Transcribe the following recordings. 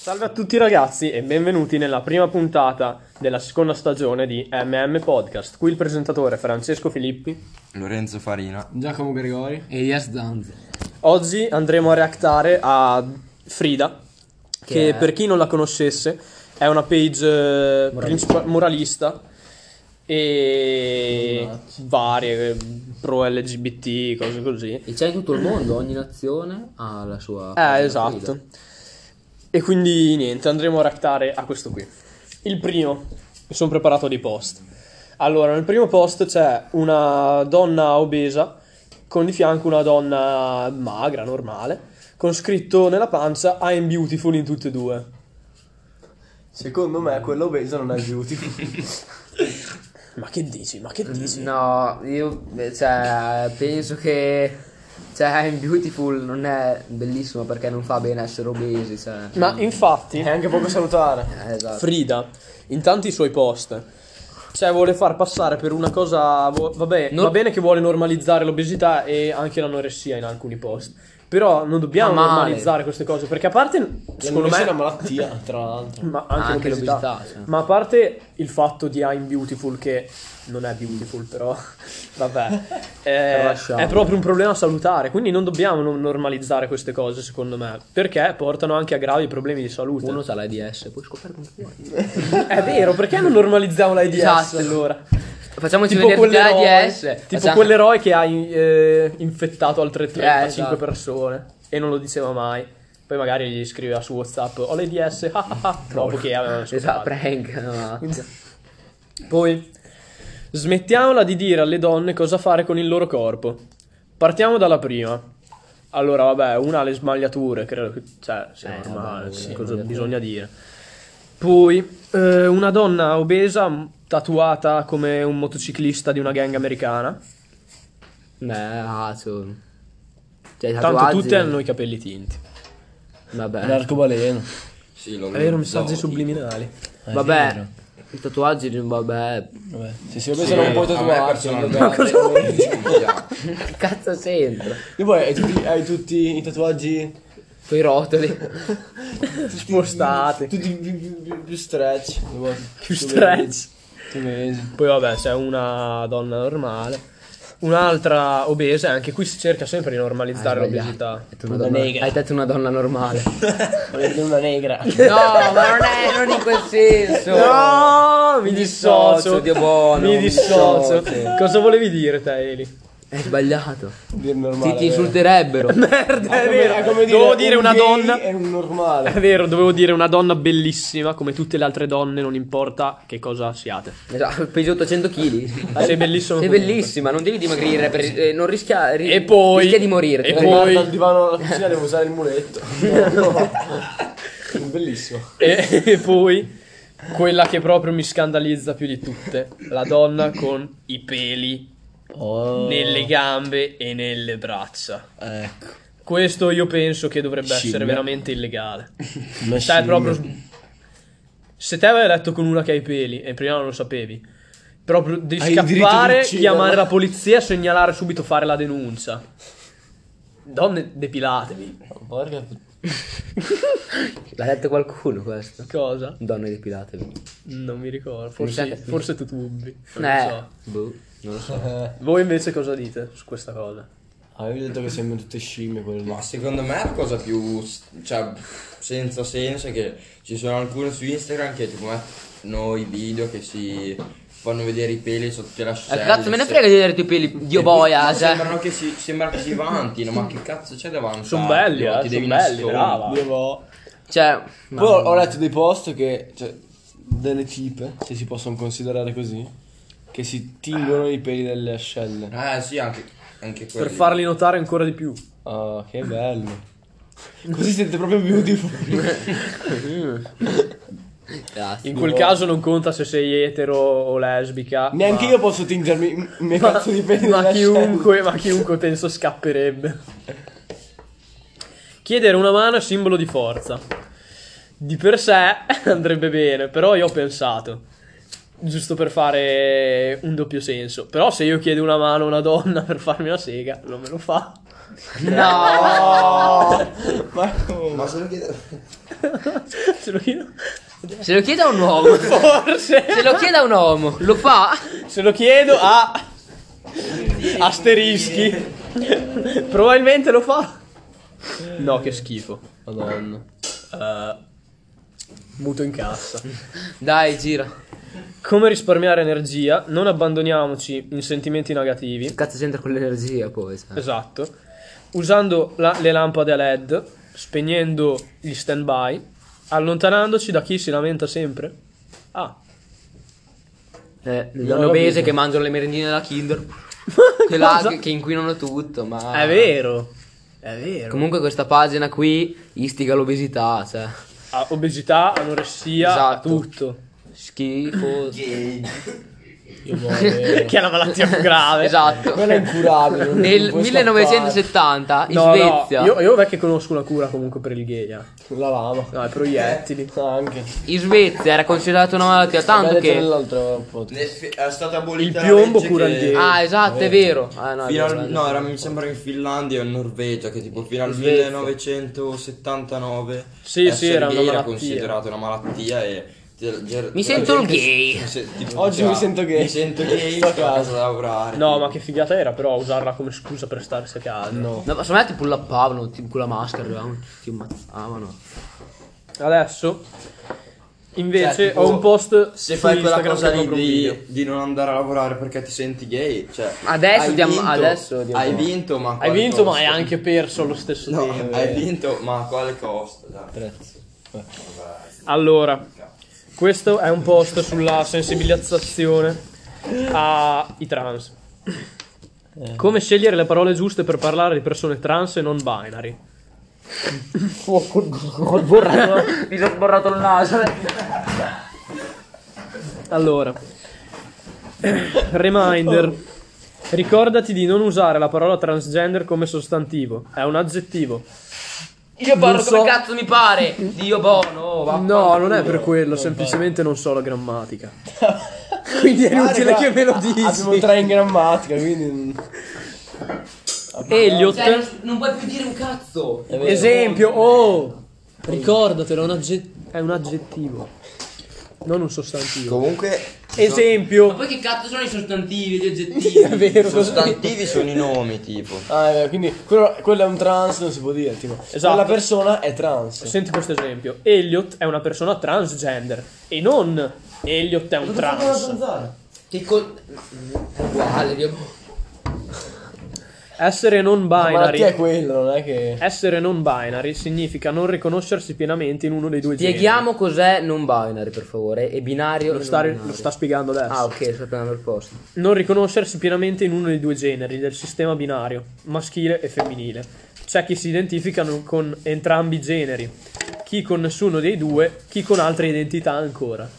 Salve a tutti ragazzi e benvenuti nella prima puntata della seconda stagione di MM Podcast. Qui il presentatore Francesco Filippi, Lorenzo Farina, Giacomo Gregori e Yes Danze. Oggi andremo a reactare a Frida, che per chi non la conoscesse è una page moralista e varie pro LGBT, cose così. E c'è in tutto il mondo, ogni nazione ha la sua. Esatto. Frida. E quindi niente, andremo a reactare a questo qui. Il primo, mi sono preparato dei post. Allora, nel primo post c'è una donna obesa con di fianco una donna magra, normale, con scritto nella pancia I'm beautiful in tutte e due. Secondo me quello obeso non è beautiful. Ma che dici? Ma che dici? No, io penso che I'm beautiful non è bellissimo perché non fa bene essere obesi. Ma infatti È anche poco salutare. Esatto. Frida, in tanti suoi post, vuole far passare per una cosa. Vabbè, va bene che vuole normalizzare l'obesità e anche l'anoressia in alcuni post. Però non dobbiamo normalizzare queste cose. Perché a parte, secondo me, è una malattia, tra l'altro. ma anche l'obesità. sì. Ma a parte il fatto di I'm beautiful, che non è beautiful, però vabbè, è proprio un problema salutare. Quindi non dobbiamo normalizzare queste cose, secondo me, perché portano anche a gravi problemi di salute. Uno sa l'AIDS, poi scopare come vuoi. È vero, perché non normalizziamo l'AIDS Esatto. allora? Facciamoci vedere l'AIDS. Tipo quell'eroe che ha infettato altre 35 esatto. persone e non lo diceva mai. Poi magari gli scriveva su WhatsApp ho l'AIDS, dopo che avevano scoperto. Esatto, prank. No. Poi smettiamola di dire alle donne cosa fare con il loro corpo. Partiamo dalla prima. Allora, vabbè, una ha le smagliature, credo che sia normale, vabbè, cosa bisogna dire. Poi una donna obesa tatuata come un motociclista di una gang americana. Tanto Tutte hanno i capelli tinti. Vabbè. L'arcobaleno. sì, È vero, messaggi subliminali. Vabbè. I tatuaggi, vabbè. Se sei obeso non puoi tatuarsi. Che cazzo c'entra? E poi hai tutti i tatuaggi Poi i rotoli. Spostati. tutti più stretch. Più stretch. Tu vedi. Poi vabbè, c'è una donna normale. Un'altra obesa, e anche qui si cerca sempre di normalizzare l'obesità. Hai detto una donna normale. Una negra. No, ma non in quel senso. No, mi dissocio. Dio buono. Mi dissocio. Cosa volevi dire te, Eli? È sbagliato. Dire normale. Ti insulterebbero. Merda, è vero. È come Dovevo dire una gay donna. è un normale. È vero, dovevo dire una donna bellissima, come tutte le altre donne, non importa che cosa siate. Esatto, pesi 800 kg. Sei bellissimo. Sei comunque. bellissima, non devi dimagrire per non rischia E poi rischia di morire. e Poi poi dal divano alla cucina devo usare il muletto. No. Bellissimo. e poi quella che proprio mi scandalizza più di tutte, la donna con i peli nelle gambe e nelle braccia. Ecco. Questo io penso che dovrebbe essere Scimmia. veramente illegale. Una Cioè, scimmia. proprio. Se te avevi letto con una che ha i peli e prima non lo sapevi, proprio devi Hai il diritto di scappare, ucciderla. chiamare la polizia, segnalare subito, fare la denuncia. Donne, depilatevi. Porca. L'ha detto qualcuno questo? Cosa? Donne depilatevi. Non mi ricordo. Mi sa che- Forse tu tubbi. Non lo so. Boh, non lo so. Voi invece cosa dite su questa cosa? Avevi detto che sembrano tutte scimmie quelle lì. Ma secondo me la cosa più senza senso è che ci sono alcune su Instagram che tipo mettono i video che si fanno vedere i peli sotto le ascelle. Cazzo me ne frega di vedere i tuoi peli, Dio boia, cioè. Sembra che si vantino, ma che cazzo c'è davanti? Sono belli, Ti devi sono belli, nascondere. brava. Cioè, Poi ho letto dei post che, cioè, delle tipe, se si possono considerare così, che si tingono i peli delle ascelle. Sì, anche quelli. Per farli notare ancora di più. Oh, che bello. Così siete proprio beautiful. grazie. In quel caso non conta se sei etero o lesbica. Neanche io posso tingermi i miei cazzo di peli ma delle chiunque penso scapperebbe. Chiedere una mano è simbolo di forza. Di per sé andrebbe bene, però io ho pensato, giusto per fare un doppio senso, però se io chiedo una mano a una donna per farmi una sega, non me lo fa. No! Ma come? Ma se lo chiedo... Se lo chiedo. Se lo chiede a un uomo. Forse. Se lo chiede a un uomo, lo fa? Se lo chiedo a asterischi. Probabilmente lo fa. No, che schifo. Madonna. Muto in cassa. Dai, gira. Come risparmiare energia? Non abbandoniamoci in sentimenti negativi. Che cazzo c'entra con l'energia poi? Sai? Esatto. Usando le lampade a LED, spegnendo gli stand-by, allontanandoci da chi si lamenta sempre. Ah. Le Non donne ho obese capito. che mangiano le merendine della Kinder. Che là Cosa? che inquinano tutto, ma... È vero. È vero. Comunque questa pagina qui istiga l'obesità, cioè... Ha obesità, anoressia, Esatto. tutto. Schifo. Io muoio. Che è la malattia più grave. Esatto. Quello è incurabile. non Nel puoi 1970 in No, Svezia. no, io che conosco una cura comunque per il gay. scappare. La lama. No, i proiettili. Anche. In Svezia era considerata una malattia tanto L'abbiamo detto che... nell'altro podcast. È stata abolita Il la piombo legge cura che- il gay. Ah, esatto, è vero. Ah, no, è Fino vero, al- è no, vero. mi sembra in Finlandia o in Norvegia che tipo fino al Svezia. 1979 Sì, essere era una gay era malattia. considerato una malattia e Mi sento il gay. Oggi mi sento gay. Mi sento gay, Sto a sto a casa. casa da lavorare. No, ma che figata era però usarla come scusa per starsi a casa. No. No, ma secondo me ti pullappavano, tipo con la maschera, arrivavano, ti ammazzavano. Adesso invece Cioè, tipo, ho un post se su fai quella Instagram cosa che lì apro un video. di non andare a lavorare perché ti senti gay, cioè Adesso hai ti vinto, adesso ti hai vinto, ma a Hai quale vinto, ma costo? hai anche perso allo stesso No, tempo. hai vinto, ma a quale costo? Dai. Prezzo. Allora, questo è un post sulla sensibilizzazione ai trans. Come scegliere le parole giuste per parlare di persone trans e non binary. Ho sborrato, mi sono sborrato il naso. Allora, reminder. Ricordati di non usare la parola transgender come sostantivo. È un aggettivo. Io parlo Non come so- cazzo mi pare. Dio bono. No, non è per quello, semplicemente non so la grammatica. Quindi è inutile che me lo Abbiamo dici. 3 in grammatica, quindi. Elliot, Cioè, non puoi più dire un cazzo. esempio, oh, ricordatelo, è un aggettivo, non un sostantivo. Comunque Ma Esempio, poi che cazzo sono i sostantivi, gli aggettivi? è vero, i sostantivi sono i nomi tipo. Ah, è vero, quindi quello è un trans, non si può dire. Tipo, Esatto. quella persona è trans. Senti questo esempio. Elliot è una persona transgender e non Elliot è un trans. Che è uguale, Dio bono. Essere non La malattia è binary. quella, non è che. Essere non binary significa non riconoscersi pienamente in uno dei due generi. Spieghiamo cos'è non binary, per favore. E binario. Lo e sta, non lo binario. sta spiegando adesso. Ah, ok, sto prendendo il posto. Non riconoscersi pienamente in uno dei due generi del sistema binario, maschile e femminile. C'è chi si identifica con entrambi i generi, chi con nessuno dei due, chi con altre identità ancora.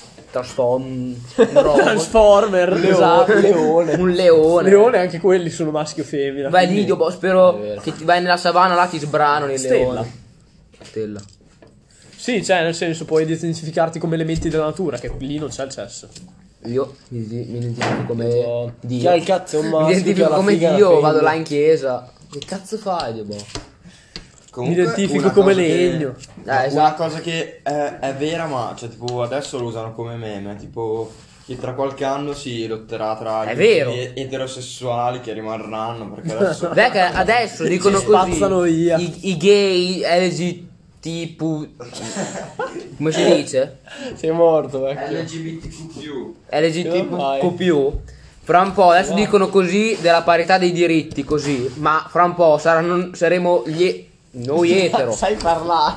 Transformer, esatto. Leone. Un leone. Leone, anche quelli sono maschio o femmina. Vai quindi- lì, Dio boh, spero che ti vai nella savana là ti sbranano i Stella. leoni. Stella. Sì, cioè, nel senso, puoi identificarti come elementi della natura, che lì non c'è il sesso. Io mi identifico come Chi Dio. ha il cazzo è un Mi maschio. chi identifico ha la come figa è una Dio, femmina. vado là in chiesa. Che cazzo fai, Dio boh? Comunque, Mi identifico una come cosa che- legno. Una Esatto. cosa che è vera, ma cioè, tipo, adesso lo usano come meme. Tipo, che tra qualche anno si lotterà tra È gli vero. eterosessuali che rimarranno. Perché adesso. Beh, che adesso dicono Si così. spazzano via. I gay LGBT. Come si dice? Sei morto, vecchio. LGBTQ. LGBTQ. Fra un po' adesso dicono così della parità dei diritti, così. Ma fra un po' saremo noi etero. Sai parlare.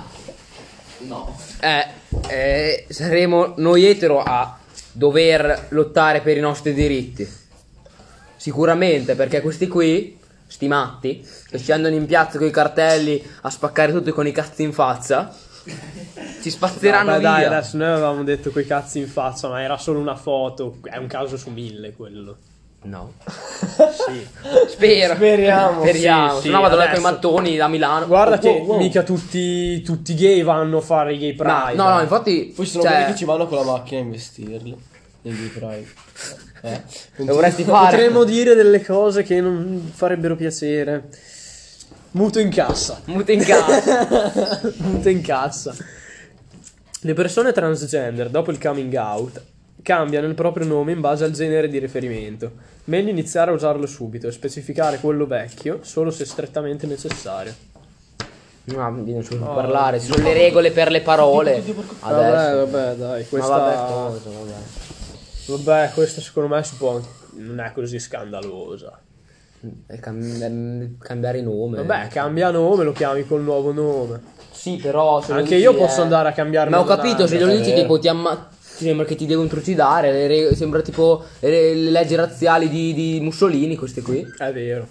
Saremo noi etero a dover lottare per i nostri diritti. Sicuramente, perché questi qui, sti matti, che ci andano in piazza con i cartelli a spaccare tutto con i cazzi in faccia, ci spazzeranno Vabbè, dai, via. adesso noi avevamo detto quei cazzi in faccia, ma era solo una foto. È un caso su 1000 quello. No. Sì. Spero. Speriamo. Speriamo. Sì, Se no vado là con i adesso. mattoni da Milano. Guarda Oh, che oh, oh. mica tutti gay vanno a fare i gay Ma, pride. no, infatti. Poi ci sono cioè, quelli che ci vanno con la macchina a investirli. Nei Gay Pride. dovresti fare. Potremmo dire delle cose che non farebbero piacere. Muto in cassa. Muto in casa. Muto in cassa. Le persone transgender, dopo il coming out, cambiano il proprio nome in base al genere di riferimento. Meglio iniziare a usarlo subito e specificare quello vecchio solo se strettamente necessario. No, non so parlare, ci sono le regole per le parole. Adesso. Vabbè, dai, Ma questa... vabbè, cosa, vabbè. Vabbè, questa secondo me si può... non è così scandalosa. Cambiare nome. Vabbè, cambia nome, lo chiami col nuovo nome. Sì, però se lo Anche dici, io posso andare a cambiare Ma ho nome. capito, se lo dici tipo ti sembra che ti devono trucidare, sembra tipo le leggi razziali di Mussolini, queste qui. È vero.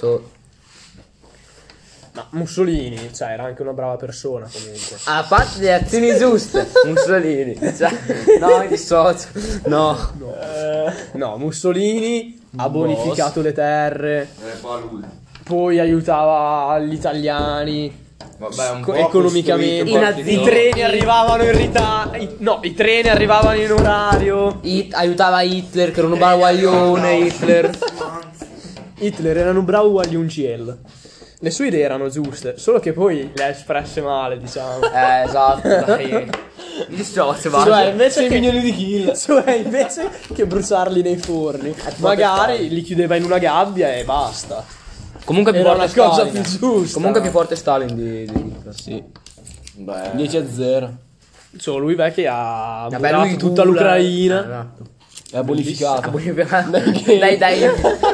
Ma Mussolini, cioè, era anche una brava persona comunque. Ha fatto le azioni giuste, Mussolini. Cioè, no, mi dissocio. No. No, Mussolini ha bonificato le terre, Poi lui. poi aiutava gli italiani. Vabbè, un po' economicamente. costruito I qualche treni arrivavano in ritardo. No, i treni arrivavano in orario. Aiutava Hitler, che era un baguaglione, Hitler. Hitler era un bravo guagliunciello. Le sue idee erano giuste, solo che poi le ha espresse male, diciamo. Esatto, dai. Mi dissocio, Cioè, va. invece 6 che... milioni di kill. Cioè, invece che bruciarli nei forni, magari li chiudeva in una gabbia e basta. Comunque più Era forte una cosa Stalin. più giusta. Comunque più forte Stalin di Hitler. Sì. Beh, 10-0. Cioè, lui vecchio ha Vabbè, buttato lui tutta culla. l'Ucraina. Esatto. È bonificato. Dai.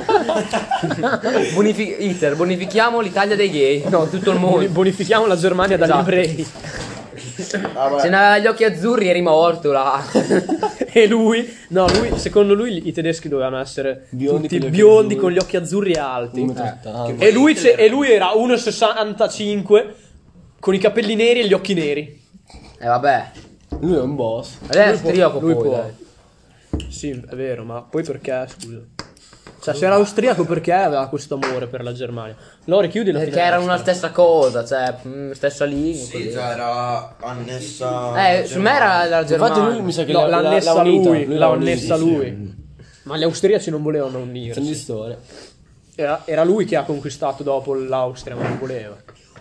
Hitler, bonifichiamo l'Italia dei gay. No, tutto il mondo. Bonifichiamo la Germania dagli Esatto. ebrei. Se non aveva gli occhi azzurri eri morto là. E lui, no, secondo lui i tedeschi dovevano essere Biondi tutti con gli occhi biondi azzurri. con gli occhi azzurri alti. 1,80. E lui era 1,65 con i capelli neri e gli occhi neri. Vabbè. Lui è un boss. Adesso è austriaco lui poi, può. dai. Sì, è vero, ma poi perché, scusa? Cioè, se era austriaco perché aveva questo amore per la Germania? Lori, chiudi la Perché finestra. erano una stessa cosa, cioè stessa lingua. sì, così. cioè era annessa. Su me era la Germania. Infatti lui mi sa che No, l'ha annessa unita. lui, l'ha annessa sì, lui. Ma gli austriaci non volevano Sono di unirsi. storia. Era lui che ha conquistato dopo l'Austria, ma non voleva.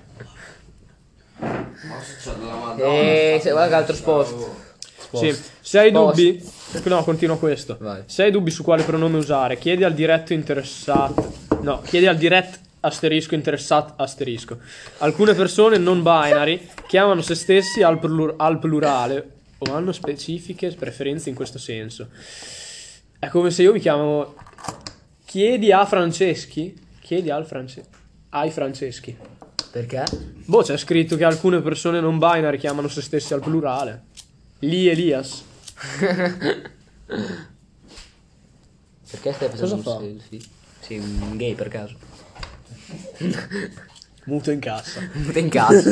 Guarda che altro spost. Sì, se hai Spost. dubbi, no, continua questo. Vai. Se hai dubbi su quale pronome usare, chiedi al diretto interessato. No, chiedi al direct asterisco interessato asterisco. Alcune persone non binary chiamano se stessi al plurale o hanno specifiche preferenze in questo senso. È come se io mi chiamo. Chiedi a Franceschi. Chiedi ai Franceschi. Perché? Boh, c'è scritto che alcune persone non binary chiamano se stessi al plurale. Elias. Perché stai facendo Cosa un fa? selfie? Sì, un gay per caso. Muto in cassa. Muto in casa.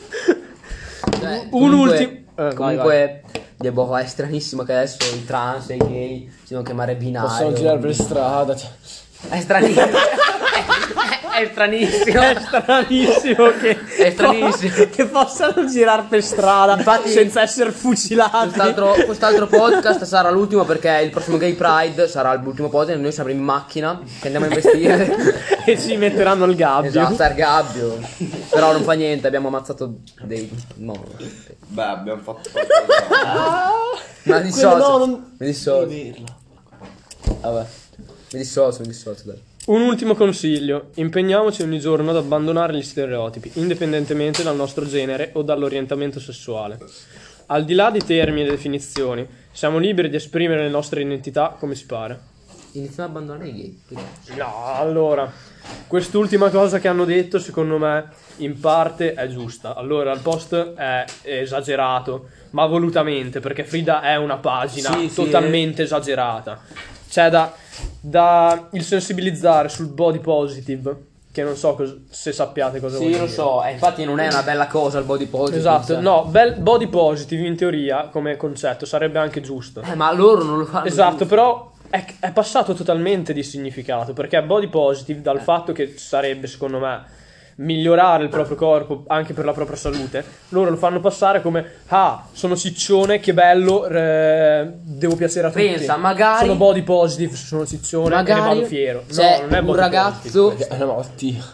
Un ultimo. Comunque devo è stranissimo che adesso i trans e i gay si devono chiamare binario. Possono girare per strada. Cioè. È stranissimo. È stranissimo. È stranissimo che. È stranissimo. Che possano girare per strada Infatti, senza essere fucilati. Quest'altro podcast sarà l'ultimo perché il prossimo Gay Pride sarà l'ultimo podcast e noi saremo in macchina che andiamo a investire. E si metteranno al gabbio. Esatto, al gabbio. Però non fa niente, abbiamo ammazzato dei. No. Beh, abbiamo fatto qualcosa. Ma dissocio. No, non. Mi dissocio. Vederla. Vabbè. Mi dissocio, dai. Un ultimo consiglio: impegniamoci ogni giorno ad abbandonare gli stereotipi, indipendentemente dal nostro genere o dall'orientamento sessuale. Al di là di termini e definizioni, siamo liberi di esprimere le nostre identità come si pare. Iniziamo ad abbandonare i gay. No, allora, quest'ultima cosa che hanno detto, secondo me, in parte è giusta. Allora, il post è esagerato, ma volutamente, perché Frida è una pagina Sì, totalmente esagerata. C'è da il sensibilizzare sul body positive, che non so se sappiate cosa vuol Sì, dire. lo so, infatti non è una bella cosa il body positive. Esatto, cioè. no, body positive in teoria, come concetto, sarebbe anche giusto. Ma loro non lo fanno. Esatto, però è passato totalmente di significato, perché body positive dal fatto che sarebbe, secondo me, migliorare il proprio corpo anche per la propria salute, loro lo fanno passare come sono ciccione, che bello, devo piacere a tutti. Pensa, magari sono body positive, sono ciccione e ne vado fiero. c'è no, non è un body ragazzo È una malattia.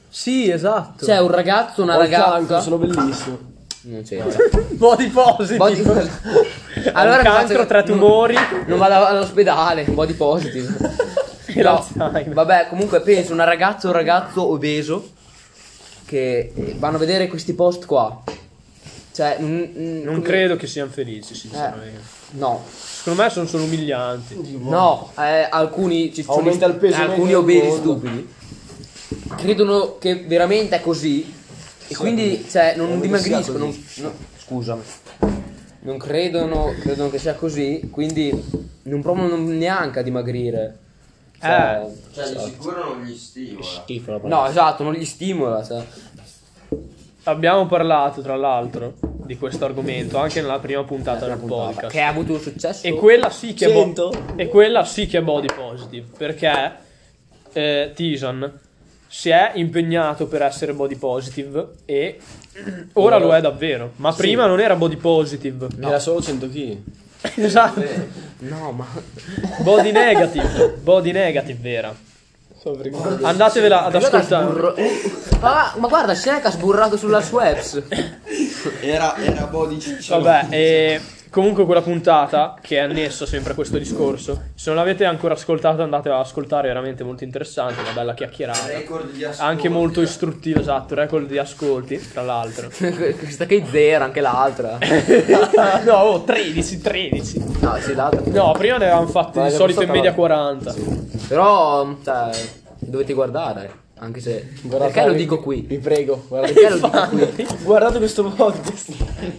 Sì, esatto. C'è un ragazzo, una Ho il cancro, ragazza. sono bellissimo. Non c'è. Body positive. Allora Un cancro, 3 tumori. Non vado all'ospedale, un po' di positive. E l'Alzheimer. Vabbè, comunque penso una ragazza o un ragazzo obeso che vanno a vedere questi post qua. Cioè, Non credo che siano felici, sinceramente. No, Secondo me sono solo umilianti. no, alcuni ci sono Aumenta il peso alcuni medio del obesi mondo. stupidi credono che veramente è così e quindi cioè non dimagriscono. Scusami. Non credono che sia così, quindi non provano neanche a dimagrire. Cioè, Cioè, di sicuro non gli stimola. Schifo la parola. no, esatto, non gli stimola. Cioè. Abbiamo parlato, tra l'altro, di questo argomento anche nella prima puntata del podcast. Che ha avuto un successo. E quella sì che è Sento. e quella sì che è body positive, perché Tisan si è impegnato per essere body positive e ora lo è davvero, ma prima non era body positive. Era solo 100 kg. Esatto. No, ma Body negative era. Andatevela ad ascoltare. ma guarda, Shaq ha sburrato sulla Schweppes. Era body ciccione. Vabbè, e comunque quella puntata che è annessa sempre a questo discorso, se non l'avete ancora ascoltata andate ad ascoltare, è veramente molto interessante, una bella chiacchierata, Record di ascolti. anche molto istruttiva, esatto, record di ascolti, tra l'altro. Questa che è zero, anche l'altra. No, 13. No, sì, l'altra. No, prima ne avevamo fatti di Guarda, solito in questa media no. 40. Però, cioè, dovete guardare. Anche se. Perché lo dico qui? Vi prego, guardate. Perché lo dico qui? Guardate questo podcast.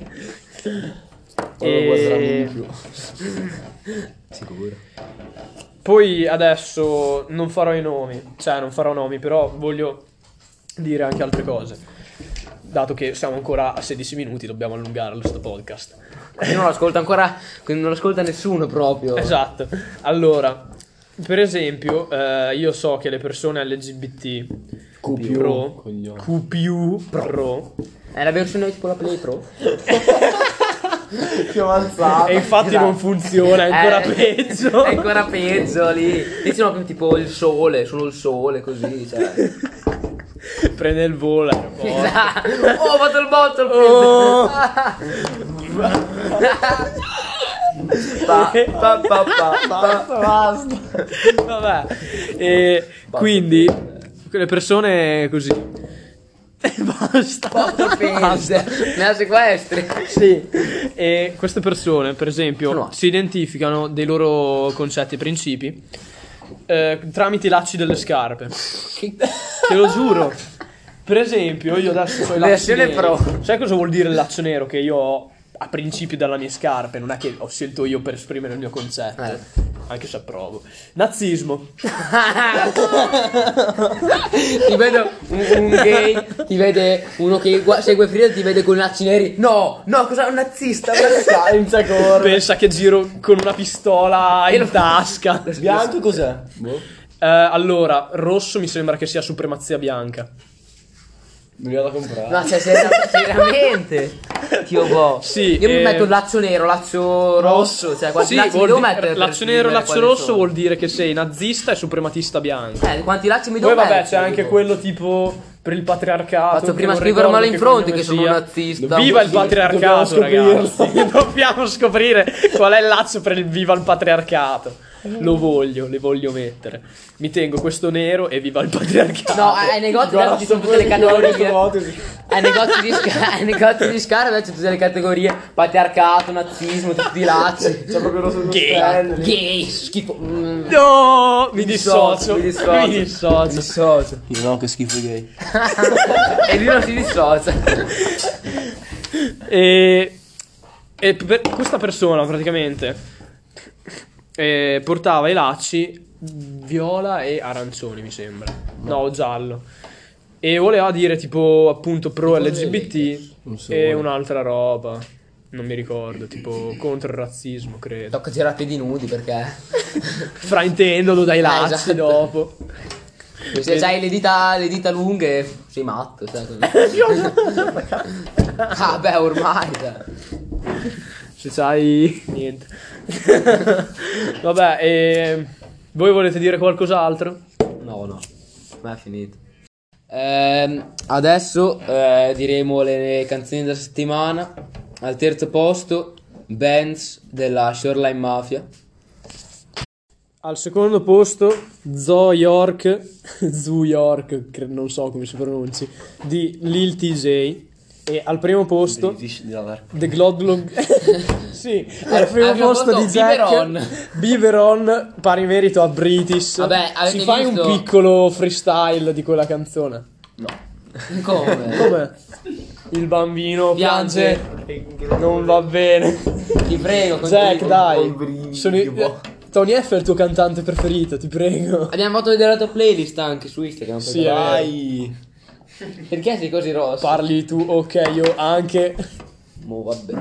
Poi lo guarderanno di più. Sicuro. Poi adesso non farò i nomi, cioè non farò nomi, però voglio dire anche altre cose. Dato che siamo ancora a 16 minuti, dobbiamo allungarlo sto podcast. Non lo ascolta ancora. Non lo ascolta nessuno proprio. Esatto. Allora, per esempio, io so che le persone LGBT QPU, Pro, coglione. QPU Pro, È la versione tipo la Play Pro. Più avanzato. e infatti non funziona, è ancora peggio. È ancora peggio lì. Lì sono più tipo il sole, solo il sole così, cioè. Prende il volo. aeroporto. Esatto. Oh, ho fatto il botto il Oh. Basta. Vabbè, e quindi quelle persone così. Basta. Basta. Me la sequestri. Sì. E queste persone, per esempio, No. si identificano dei loro concetti e principi tramite i lacci delle scarpe. Te lo giuro. Per esempio, io adesso ho i lacci Versione neri. pro. Sai cosa vuol dire il laccio nero che io ho a principio dalla mie scarpe? Non è che ho scelto io per esprimere il mio concetto. Anche se approvo. Nazismo. Ti vedo un gay, ti vede uno che segue Frida e ti vede con i lacci neri. No, cos'è un nazista? Inizia a correre. Pensa che giro con una pistola in tasca. Bianco cos'è? Boh. Allora, rosso mi sembra che sia supremazia bianca. Mi vado a comprare. No, cioè seriamente. Io boh. Sì, Io mi metto il laccio nero, laccio rosso. Cioè, quanti Sì, lacci mi vuol devo di- mettere? per laccio nero e scrivere laccio quali rosso sono? vuol dire che sei nazista e suprematista bianco. Quanti lacci mi devo Poi mettere? vabbè, c'è anche quello tipo per il patriarcato. Faccio che prima non scrivermelo ricordo in fronte cognome che sono sia. nazista. Viva il Dobbiamo patriarcato, scoprirlo. ragazzi. Dobbiamo scoprire qual è il laccio per il viva il patriarcato. Lo voglio mettere. Mi tengo questo nero e viva il patriarcato. No, ai negozi adesso ci sono tutte le categorie. Ai negozi di scarpe adesso tutte le categorie: patriarcato, nazismo, tutti i lacci. C'è proprio lo stesso Gay. stand. Gay, schifo. No, mi dissocio. Mi dissocio. Io no, che schifo i gay. E lui non si dissocia. E per questa persona praticamente portava i lacci viola e arancioni, mi sembra. No, giallo. E voleva dire tipo appunto pro LGBT Non so, e guarda. un'altra roba. Non mi ricordo, tipo contro il razzismo, credo. Tocca girare a piedi nudi perché Fraintendolo dai lacci esatto. dopo. se hai le dita lunghe sei matto, sai così. Ah beh, ormai Se c'hai niente. Vabbè, voi volete dire qualcos'altro? No, ma è finito. Adesso diremo le canzoni della settimana. Al terzo posto, Bands della Shoreline Mafia. Al secondo posto, Zoo York, non so come si pronunci, di Lil TJ. E al primo posto, The Glod sì, al primo posto di Jack Biberon, pari merito a British. Vabbè, avete si fai visto? un piccolo freestyle di quella canzone. Come? Come? Il bambino Piange. non va bene. Ti prego, Jack, continua. dai. Tony F è il tuo cantante preferito, ti prego. Abbiamo fatto vedere la tua playlist anche su Instagram. Sì, Vai. Perché sei così rosso? Parli tu, ok, io anche. Mo vabbè.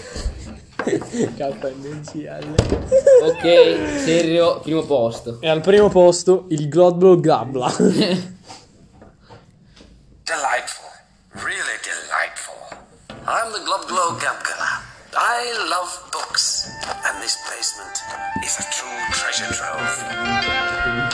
KNCL. Ok, serio, primo posto. E al primo posto il Glodblo Gabla. Delightful. Really delightful. I'm the Glob Glow Gabgala. I love books, and this basement is a true treasure trove.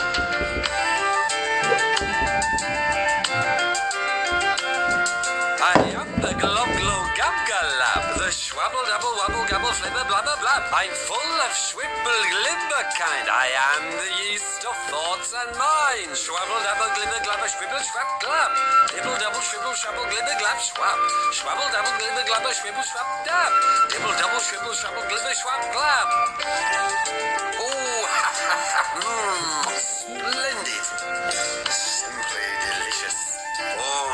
I am the Glob Glow Gabgalab, the Schwabble Double Wabble Gabble Flibber Blabber Blab. I'm full of Schwibble Glimber kind. I am the yeast of thoughts and minds. Schwabble Double Glibber Glabber Schwibble Schwab Glab. Dibble Double Schwibble Schwabble Glibber Glab Schwab. Schwabble Double Glibber Glabber Schwibble Schwab Dab. Dibble Double Schwibble Schwabble Glibber Schwab Glab. Oh, ha ha ha, splendid. Simply delicious. Oh,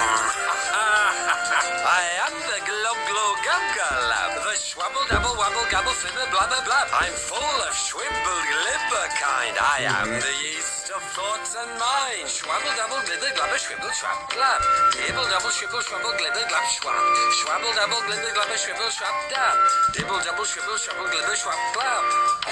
I am the Glob Glow Gabgalab, the Schwabble Double Wabble Gabble Flibber Blabber Blab. I'm full of Schwibble Glibber kind. I am the yeast of thoughts and minds. Schwabble Double Glibber Glabber Schwibble Schwab Glab. Dibble Double Schwibble Schwabble Glibber Glab Schwab. Schwabble Double Glibber Glabber Schwibble Schwab Dab. Dibble Double Schwibble Schwabble Glibber Schwab Glab.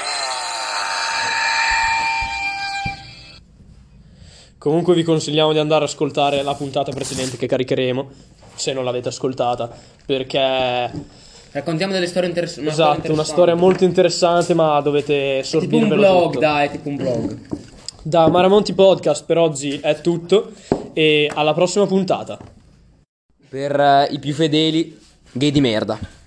Comunque vi consigliamo di andare ad ascoltare la puntata precedente che caricheremo, se non l'avete ascoltata, perché Raccontiamo delle storie interessanti. esatto, una storia molto interessante, ma dovete Tipo un sorbirvelo blog, tutto. dai, tipo un blog. Da Maramonti Podcast per oggi è tutto e alla prossima puntata. Per i più fedeli, gay di merda.